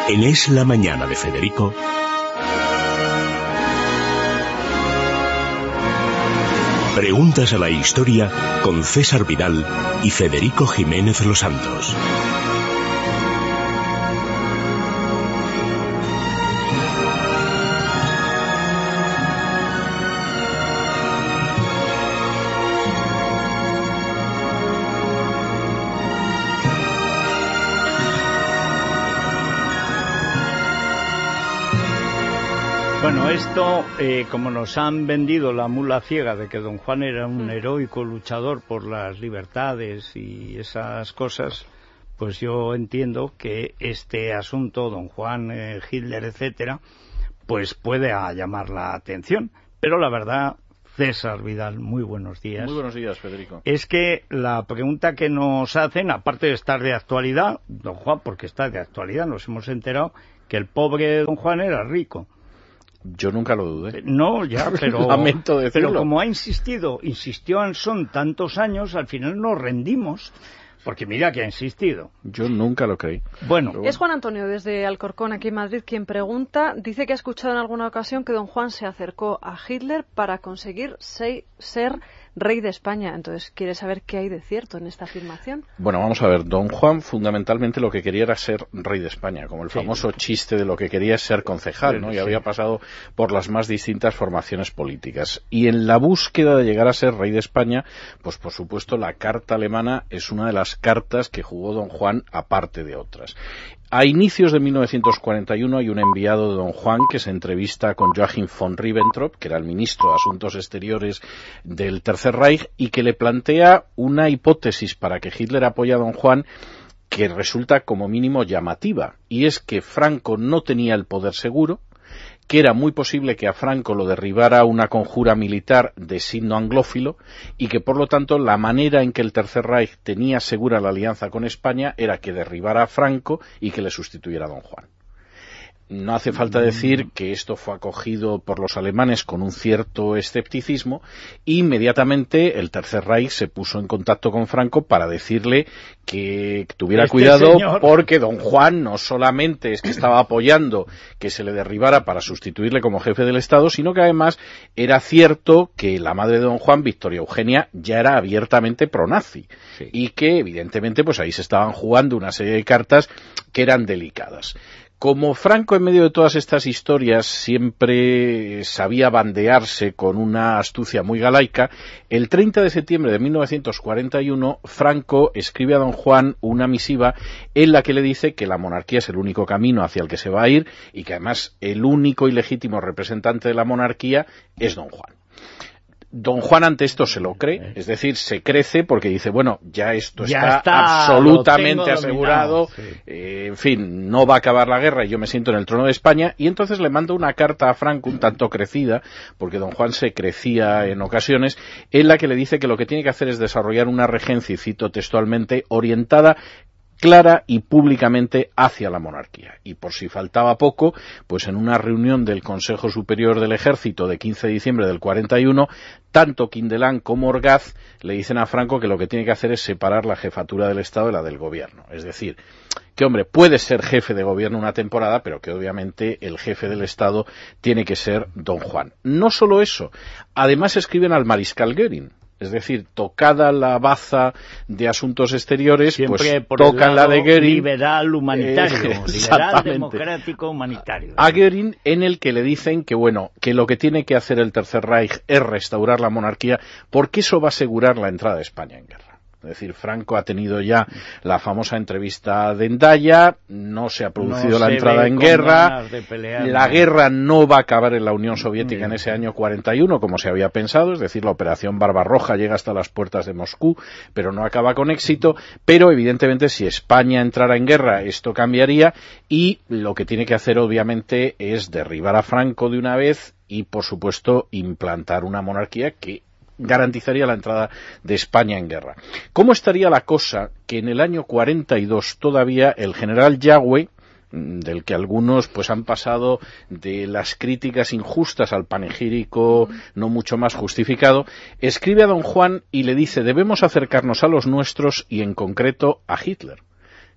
En Es la Mañana de Federico, preguntas a la historia con César Vidal y Federico Jiménez Los Santos. Bueno, esto, como nos han vendido la mula ciega de que don Juan era un heroico luchador por las libertades y esas cosas, pues yo entiendo que este asunto, don Juan, Hitler, etcétera, pues puede llamar la atención. Pero la verdad, César Vidal, muy buenos días. Muy buenos días, Federico. Es que la pregunta que nos hacen, aparte de estar de actualidad, don Juan, porque está de actualidad, nos hemos enterado que el pobre don Juan era rico. Yo nunca lo dudé. No, ya, pero lamento decirlo. Pero como insistió Anson tantos años, al final nos rendimos, porque mira que ha insistido. Yo nunca lo creí. Bueno. Es Juan Antonio desde Alcorcón, aquí en Madrid, quien pregunta, dice que ha escuchado en alguna ocasión que don Juan se acercó a Hitler para conseguir ser rey de España. Entonces, ¿quiere saber qué hay de cierto en esta afirmación? Bueno, vamos a ver. Don Juan, fundamentalmente, lo que quería era ser rey de España, como el famoso chiste de lo que quería es ser concejal, ¿no? Y había pasado por las más distintas formaciones políticas. Y en la búsqueda de llegar a ser rey de España, pues por supuesto la carta alemana es una de las cartas que jugó don Juan, aparte de otras. A inicios de 1941 hay un enviado de don Juan que se entrevista con Joachim von Ribbentrop, que era el ministro de Asuntos Exteriores del Tercer Reich, y que le plantea una hipótesis para que Hitler apoye a don Juan que resulta como mínimo llamativa, y es que Franco no tenía el poder seguro, que era muy posible que a Franco lo derribara una conjura militar de signo anglófilo y que, por lo tanto, la manera en que el Tercer Reich tenía segura la alianza con España era que derribara a Franco y que le sustituyera a don Juan. No hace falta decir que esto fue acogido por los alemanes con un cierto escepticismo y inmediatamente el Tercer Reich se puso en contacto con Franco para decirle que tuviera cuidado señor, porque don Juan no solamente es que estaba apoyando que se le derribara para sustituirle como jefe del Estado, sino que además era cierto que la madre de don Juan, Victoria Eugenia, ya era abiertamente pronazi y que evidentemente pues ahí se estaban jugando una serie de cartas que eran delicadas. Como Franco, en medio de todas estas historias, siempre sabía bandearse con una astucia muy galaica, el 30 de septiembre de 1941, Franco escribe a don Juan una misiva en la que le dice que la monarquía es el único camino hacia el que se va a ir y que además el único y legítimo representante de la monarquía es don Juan. Don Juan ante esto se lo cree, es decir, se crece porque dice, bueno, ya esto está absolutamente asegurado, en fin, no va a acabar la guerra y yo me siento en el trono de España, y entonces le manda una carta a Franco un tanto crecida, porque don Juan se crecía en ocasiones, en la que le dice que lo que tiene que hacer es desarrollar una regencia, y cito textualmente, orientada clara y públicamente hacia la monarquía. Y por si faltaba poco, pues en una reunión del Consejo Superior del Ejército de 15 de diciembre del 41, tanto Quindelán como Orgaz le dicen a Franco que lo que tiene que hacer es separar la jefatura del Estado de la del gobierno. Es decir, que hombre, puede ser jefe de gobierno una temporada, pero que obviamente el jefe del Estado tiene que ser don Juan. No solo eso, además escriben al mariscal Göring. Es decir, tocada la baza de asuntos exteriores, siempre pues tocan la de Göring. Liberal humanitario, liberal democrático humanitario. A Göring, en el que le dicen que bueno, que lo que tiene que hacer el Tercer Reich es restaurar la monarquía, porque eso va a asegurar la entrada de España en guerra. Es decir, Franco ha tenido ya la famosa entrevista de Hendaya, no se ha producido la entrada en guerra, la guerra no va a acabar en la Unión Soviética en ese año 41 como se había pensado, es decir, la operación Barbarroja llega hasta las puertas de Moscú, pero no acaba con éxito, pero evidentemente si España entrara en guerra esto cambiaría y lo que tiene que hacer obviamente es derribar a Franco de una vez y por supuesto implantar una monarquía que garantizaría la entrada de España en guerra. ¿Cómo estaría la cosa que en el año 42 todavía el general Yagüe, del que algunos pues han pasado de las críticas injustas al panegírico no mucho más justificado, escribe a don Juan y le dice: debemos acercarnos a los nuestros y en concreto a Hitler?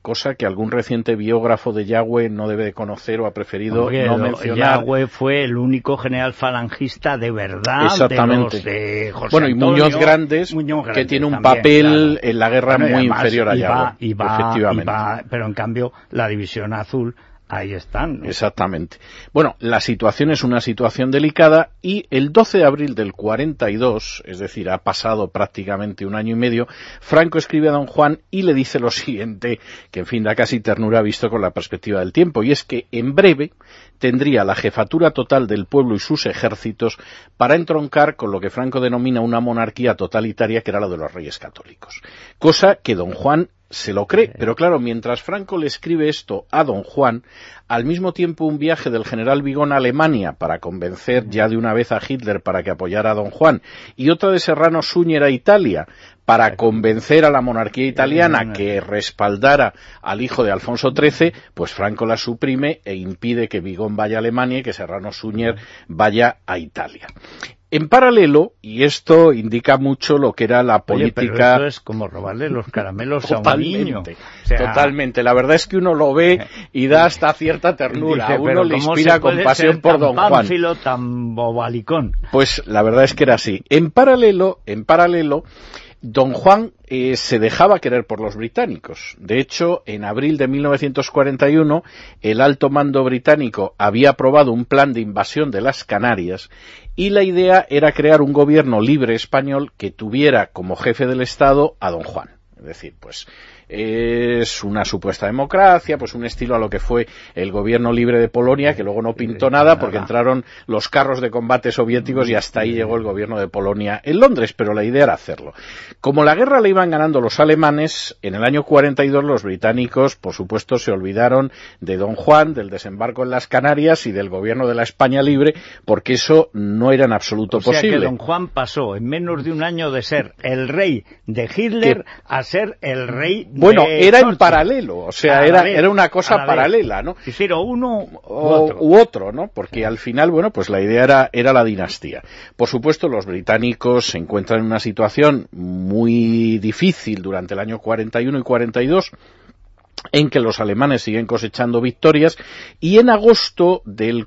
cosa que algún reciente biógrafo de Yagüe no debe de conocer o ha preferido no mencionar. Yagüe fue el único general falangista de verdad. Exactamente. De José bueno, y Antonio, Muñoz Grandes, que tiene un también, papel claro, en la guerra muy inferior a Yagüe. Efectivamente. Pero en cambio, la División Azul, ahí están, ¿no? Exactamente. Bueno, la situación es una situación delicada y el 12 de abril del 42, es decir, ha pasado prácticamente un año y medio, Franco escribe a don Juan y le dice lo siguiente, que en fin da casi ternura visto con la perspectiva del tiempo, y es que en breve tendría la jefatura total del pueblo y sus ejércitos para entroncar con lo que Franco denomina una monarquía totalitaria, que era la de los reyes católicos. Cosa que don Juan se lo cree, pero claro, mientras Franco le escribe esto a don Juan, al mismo tiempo un viaje del general Vigón a Alemania para convencer ya de una vez a Hitler para que apoyara a don Juan, y otra de Serrano Súñer a Italia para convencer a la monarquía italiana que respaldara al hijo de Alfonso XIII, pues Franco la suprime e impide que Vigón vaya a Alemania y que Serrano Súñer vaya a Italia. En paralelo, y esto indica mucho lo que era la política... Oye, pero eso es como robarle los caramelos a un niño. O sea, totalmente. La verdad es que uno lo ve y da hasta cierta ternura. A uno le inspira compasión por don Juan. Pánfilo, tan bobalicón. Pues la verdad es que era así. En paralelo, don Juan se dejaba querer por los británicos. De hecho, en abril de 1941, el alto mando británico había aprobado un plan de invasión de las Canarias y la idea era crear un gobierno libre español que tuviera como jefe del Estado a don Juan. Es decir, pues es una supuesta democracia, pues un estilo a lo que fue el gobierno libre de Polonia, que luego no pintó nada porque entraron los carros de combate soviéticos y hasta ahí llegó el gobierno de Polonia en Londres, pero la idea era hacerlo. Como la guerra la iban ganando los alemanes, en el año 42 los británicos, por supuesto, se olvidaron de don Juan, del desembarco en las Canarias y del gobierno de la España libre, porque eso no era en absoluto posible. O sea que don Juan pasó en menos de un año de ser el rey de Hitler a ser el rey de Bueno, era Churchill. en paralelo, o sea, era una cosa paralela, ¿no? Hicieron uno u otro, ¿no? Porque al final, bueno, pues la idea era la dinastía. Por supuesto, los británicos se encuentran en una situación muy difícil durante el año 41 y 42, en que los alemanes siguen cosechando victorias, y en agosto del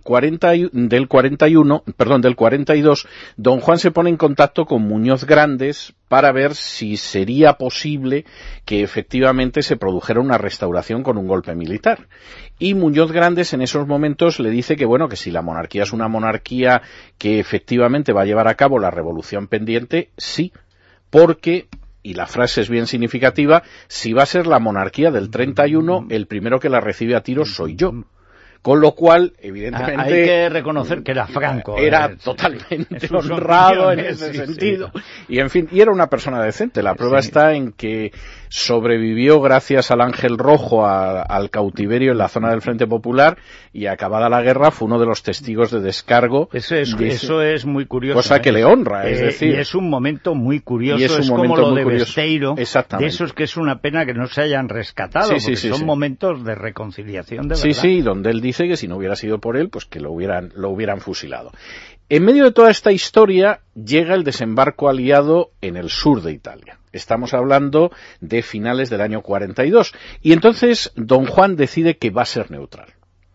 42, don Juan se pone en contacto con Muñoz Grandes para ver si sería posible que efectivamente se produjera una restauración con un golpe militar. Y Muñoz Grandes en esos momentos le dice que bueno, que si la monarquía es una monarquía que efectivamente va a llevar a cabo la revolución pendiente, sí, porque... y la frase es bien significativa, si va a ser la monarquía del 31, el primero que la recibe a tiros soy yo. Con lo cual, evidentemente... Hay que reconocer que era Franco. Era totalmente honrado en ese sentido. Sí. Y en fin, y era una persona decente. La prueba está en que sobrevivió gracias al Ángel Rojo al cautiverio en la zona del Frente Popular, y acabada la guerra fue uno de los testigos de descargo. Eso es muy curioso. Cosa que le honra, es decir... Y es un momento muy curioso, es como lo de Besteiro, de esos que es una pena que no se hayan rescatado, porque son momentos de reconciliación de verdad. Sí, donde él dice que si no hubiera sido por él, pues que lo hubieran fusilado. En medio de toda esta historia llega el desembarco aliado en el sur de Italia. Estamos hablando de finales del año 42. Y entonces don Juan decide que va a ser neutral.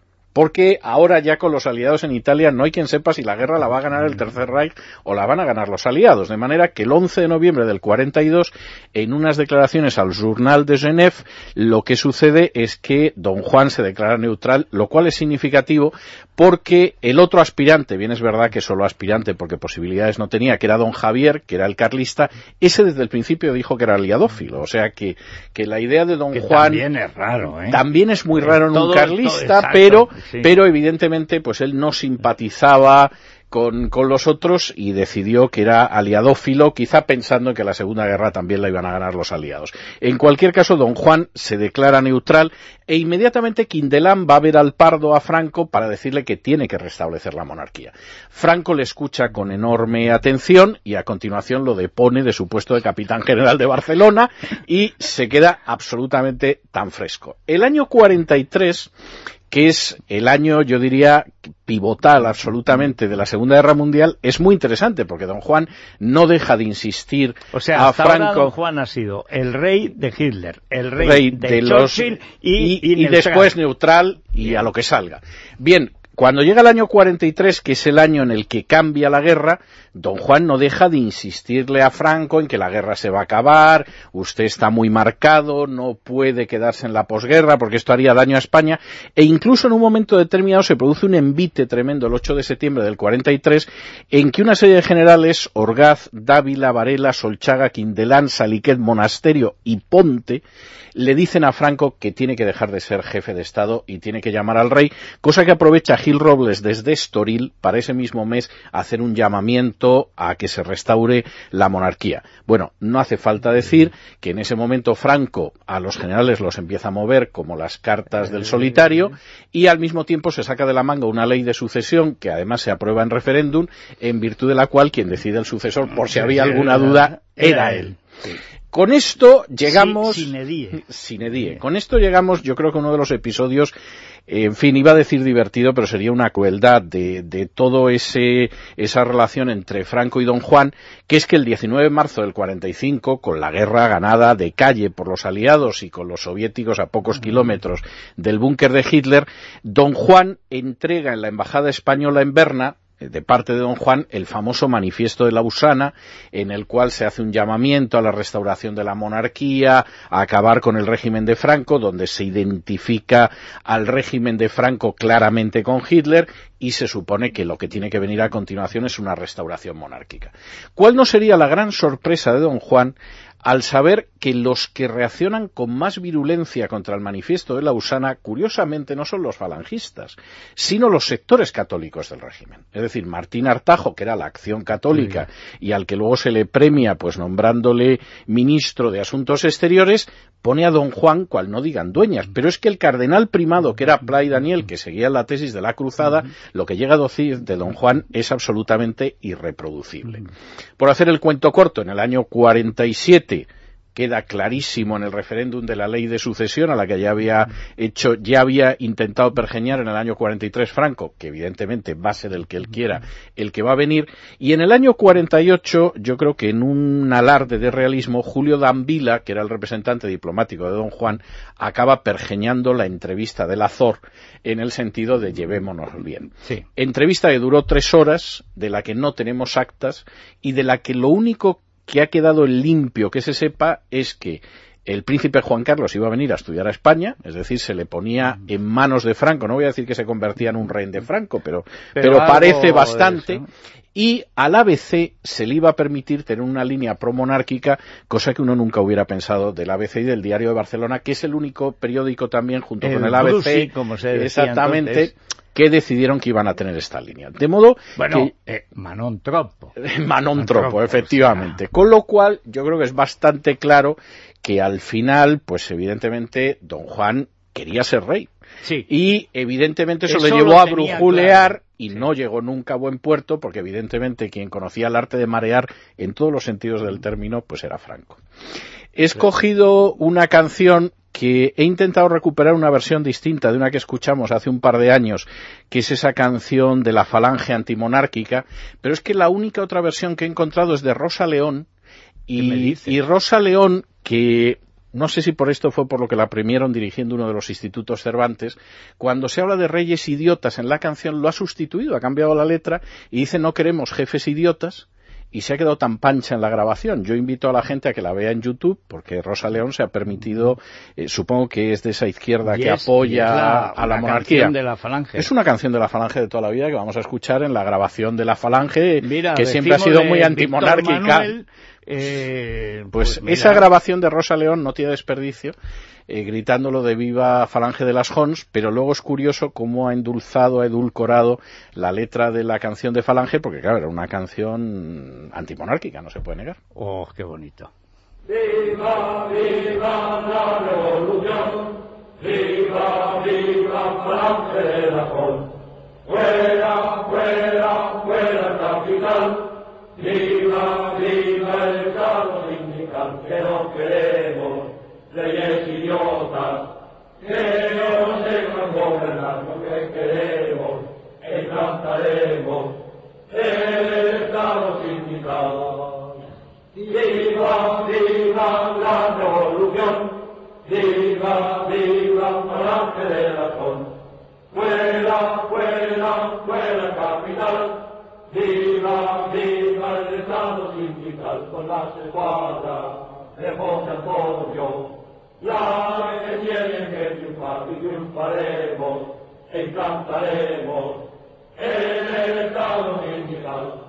Porque ahora ya con los aliados en Italia no hay quien sepa si la guerra la va a ganar el Tercer Reich o la van a ganar los aliados. De manera que el 11 de noviembre del 42, en unas declaraciones al Journal de Genève, lo que sucede es que don Juan se declara neutral, lo cual es significativo porque el otro aspirante, bien es verdad que solo aspirante porque posibilidades no tenía, que era don Javier, que era el carlista, ese desde el principio dijo que era aliadófilo. O sea que la idea de don Juan... También es raro, ¿eh? También es muy raro en un carlista, pero evidentemente pues él no simpatizaba con los otros y decidió que era aliadófilo, quizá pensando que la Segunda Guerra también la iban a ganar los aliados. En cualquier caso, don Juan se declara neutral e inmediatamente Quindelán va a ver al Pardo a Franco para decirle que tiene que restablecer la monarquía. Franco le escucha con enorme atención y a continuación lo depone de su puesto de capitán general de Barcelona y se queda absolutamente tan fresco. El año 43... que es el año, yo diría, pivotal absolutamente de la Segunda Guerra Mundial, es muy interesante, porque don Juan no deja de insistir a Franco. Ahora don Juan ha sido el rey de Hitler, el rey de Churchill y después neutral y a lo que salga. Bien, cuando llega el año 43, que es el año en el que cambia la guerra, don Juan no deja de insistirle a Franco en que la guerra se va a acabar, usted está muy marcado, no puede quedarse en la posguerra porque esto haría daño a España, e incluso en un momento determinado se produce un envite tremendo el 8 de septiembre del 43, en que una serie de generales, Orgaz, Dávila, Varela, Solchaga, Quindelán, Saliquet, Monasterio y Ponte, le dicen a Franco que tiene que dejar de ser jefe de Estado y tiene que llamar al rey, cosa que aprovecha Gil Robles desde Estoril para ese mismo mes hacer un llamamiento a que se restaure la monarquía. Bueno, no hace falta decir que en ese momento Franco a los generales los empieza a mover como las cartas del solitario y al mismo tiempo se saca de la manga una ley de sucesión que además se aprueba en referéndum, en virtud de la cual quien decide el sucesor, por si había alguna duda, era él. Sí. Con esto llegamos... Sine die. Con esto llegamos, yo creo que uno de los episodios, en fin, iba a decir divertido, pero sería una crueldad de todo esa relación entre Franco y don Juan, que es que el 19 de marzo del 45, con la guerra ganada de calle por los aliados y con los soviéticos a pocos kilómetros del búnker de Hitler, don Juan entrega en la embajada española en Berna, de parte de don Juan, el famoso manifiesto de Lausana, en el cual se hace un llamamiento a la restauración de la monarquía, a acabar con el régimen de Franco, donde se identifica al régimen de Franco claramente con Hitler, y se supone que lo que tiene que venir a continuación es una restauración monárquica. ¿Cuál no sería la gran sorpresa de don Juan al saber que los que reaccionan con más virulencia contra el manifiesto de Lausana, curiosamente, no son los falangistas, sino los sectores católicos del régimen? Es decir, Martín Artajo, que era la Acción Católica, y al que luego se le premia pues nombrándole ministro de Asuntos Exteriores, pone a don Juan cual no digan dueñas. Pero es que el cardenal primado, que era Pla y Daniel, que seguía la tesis de la cruzada, lo que llega a decir de don Juan es absolutamente irreproducible. Por hacer el cuento corto, en el año 47 queda clarísimo en el referéndum de la ley de sucesión a la que ya había intentado pergeñar en el año 43 Franco, que evidentemente va a ser el que él quiera, el que va a venir, y en el año 48, yo creo que en un alarde de realismo, Julio Dambila, que era el representante diplomático de don Juan, acaba pergeñando la entrevista del Azor en el sentido de llevémonos bien. Sí. Entrevista que duró 3 horas, de la que no tenemos actas, y de la que lo único que ha quedado limpio que se sepa es que el príncipe Juan Carlos iba a venir a estudiar a España, es decir, se le ponía en manos de Franco, no voy a decir que se convertía en un rehén de Franco, pero parece bastante, y al ABC se le iba a permitir tener una línea promonárquica, cosa que uno nunca hubiera pensado del ABC y del Diario de Barcelona, que es el único periódico también, junto con el ABC, Brusi, como se decía exactamente, entonces, que decidieron que iban a tener esta línea. De modo que... Manon Troppo. Manon Troppo, efectivamente. O sea... Con lo cual, yo creo que es bastante claro que al final, pues evidentemente, don Juan quería ser rey. Sí. Y evidentemente eso le llevó a brujulear, claro, y no llegó nunca a buen puerto, porque evidentemente quien conocía el arte de marear en todos los sentidos del término, pues era Franco. He escogido una canción que he intentado recuperar una versión distinta de una que escuchamos hace un par de años, que es esa canción de la Falange antimonárquica, pero es que la única otra versión que he encontrado es de Rosa León, y Rosa León, que no sé si por esto fue por lo que la premiaron dirigiendo uno de los institutos Cervantes, cuando se habla de reyes idiotas en la canción lo ha sustituido, ha cambiado la letra y dice no queremos jefes idiotas, y se ha quedado tan pancha en la grabación. Yo invito a la gente a que la vea en YouTube, porque Rosa León se ha permitido, supongo que es de esa izquierda que apoya a la monarquía. Canción de la Falange. Es una canción de la Falange de toda la vida que vamos a escuchar en la grabación de la Falange, que siempre ha sido muy antimonárquica. Pues esa grabación de Rosa León no tiene desperdicio, gritándolo de viva Falange de las Hons, pero luego es curioso cómo ha endulzado, ha edulcorado la letra de la canción de Falange, porque claro, era una canción antimonárquica, no se puede negar. ¡Oh, qué bonito! ¡Viva, viva la revolución! ¡Viva, viva Falange de las Hons! ¡Fuera, fuera, fuera el capital! ¡Viva, viva el Estado sindical! ¡Que no queremos leyes idiotas! ¡Que no nos dejan gobernar! se quadra, repose Antonio, la que tiene que triunfaremos, e cantaremos en el estado militar.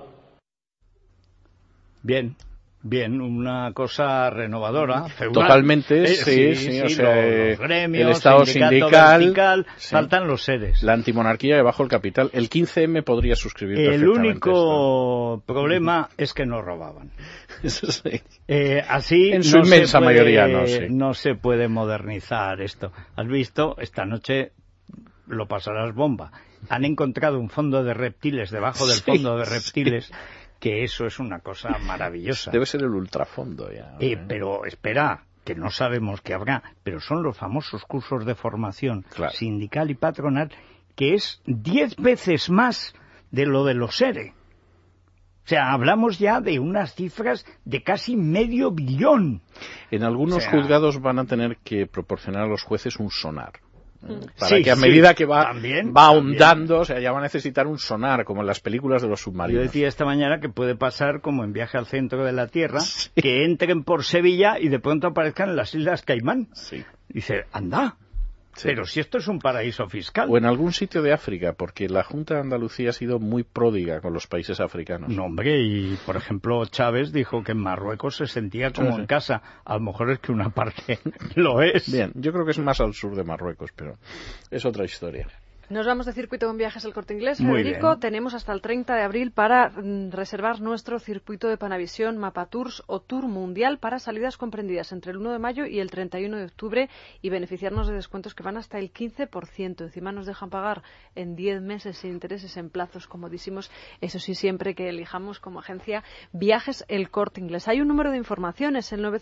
Bien. Bien, una cosa renovadora. Totalmente, sí, o sea, los gremios, el Estado sindical, faltan los seres. La antimonarquía y bajo el capital. El 15M podría suscribir perfectamente. El único problema es que no robaban. Eso sí. Así en su inmensa mayoría no se puede modernizar esto. ¿Has visto? Esta noche lo pasarás bomba. Han encontrado un fondo de reptiles debajo del fondo de reptiles. Que eso es una cosa maravillosa. Debe ser el ultrafondo ya. Pero espera, que no sabemos qué habrá, pero son los famosos cursos de formación sindical y patronal, que es 10 veces más de lo de los ERE. O sea, hablamos ya de unas cifras de casi $500 millones. En algunos juzgados van a tener que proporcionar a los jueces un sonar. Para que a medida que va ahondando, o sea, ya va a necesitar un sonar, como en las películas de los submarinos. Yo decía esta mañana que puede pasar como en Viaje al Centro de la Tierra, que entren por Sevilla y de pronto aparezcan en las Islas Caimán. Sí. Dice, anda, pero si esto es un paraíso fiscal. O en algún sitio de África, porque la Junta de Andalucía ha sido muy pródiga con los países africanos. No, hombre, y por ejemplo Chávez dijo que en Marruecos se sentía como en casa. A lo mejor es que una parte lo es. Bien, yo creo que es más al sur de Marruecos, pero es otra historia. Nos vamos de circuito con Viajes al Corte Inglés, Federico. Tenemos hasta el 30 de abril para reservar nuestro circuito de Panavisión Mapa Tours o Tour Mundial para salidas comprendidas entre el 1 de mayo y el 31 de octubre y beneficiarnos de descuentos que van hasta el 15%. Encima nos dejan pagar en 10 meses sin intereses en plazos comodísimos. Eso sí, siempre que elijamos como agencia Viajes el Corte Inglés. Hay un número de información, es el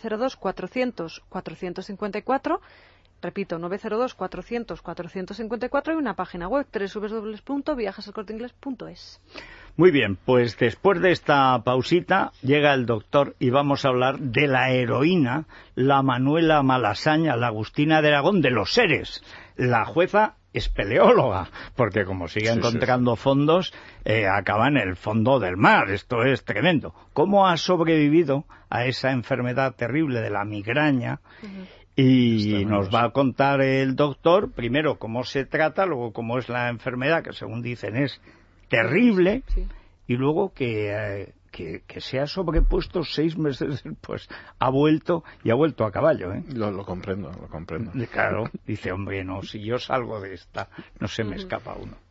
902-400-454. Repito, 902-400-454 y una página web, www.viajesalcorteinglés.es. Muy bien, pues después de esta pausita llega el doctor y vamos a hablar de la heroína, la Manuela Malasaña, la Agustina de Aragón, de los seres. La jueza espeleóloga, porque como sigue encontrando fondos, acaba en el fondo del mar. Esto es tremendo. ¿Cómo ha sobrevivido a esa enfermedad terrible de la migraña? Y nos va a contar el doctor, primero, cómo se trata, luego cómo es la enfermedad, que según dicen es terrible, y luego que se ha sobrepuesto 6 meses después. Ha vuelto a caballo, ¿eh? Lo comprendo. Claro, dice, hombre, no, si yo salgo de esta, no se me escapa uno.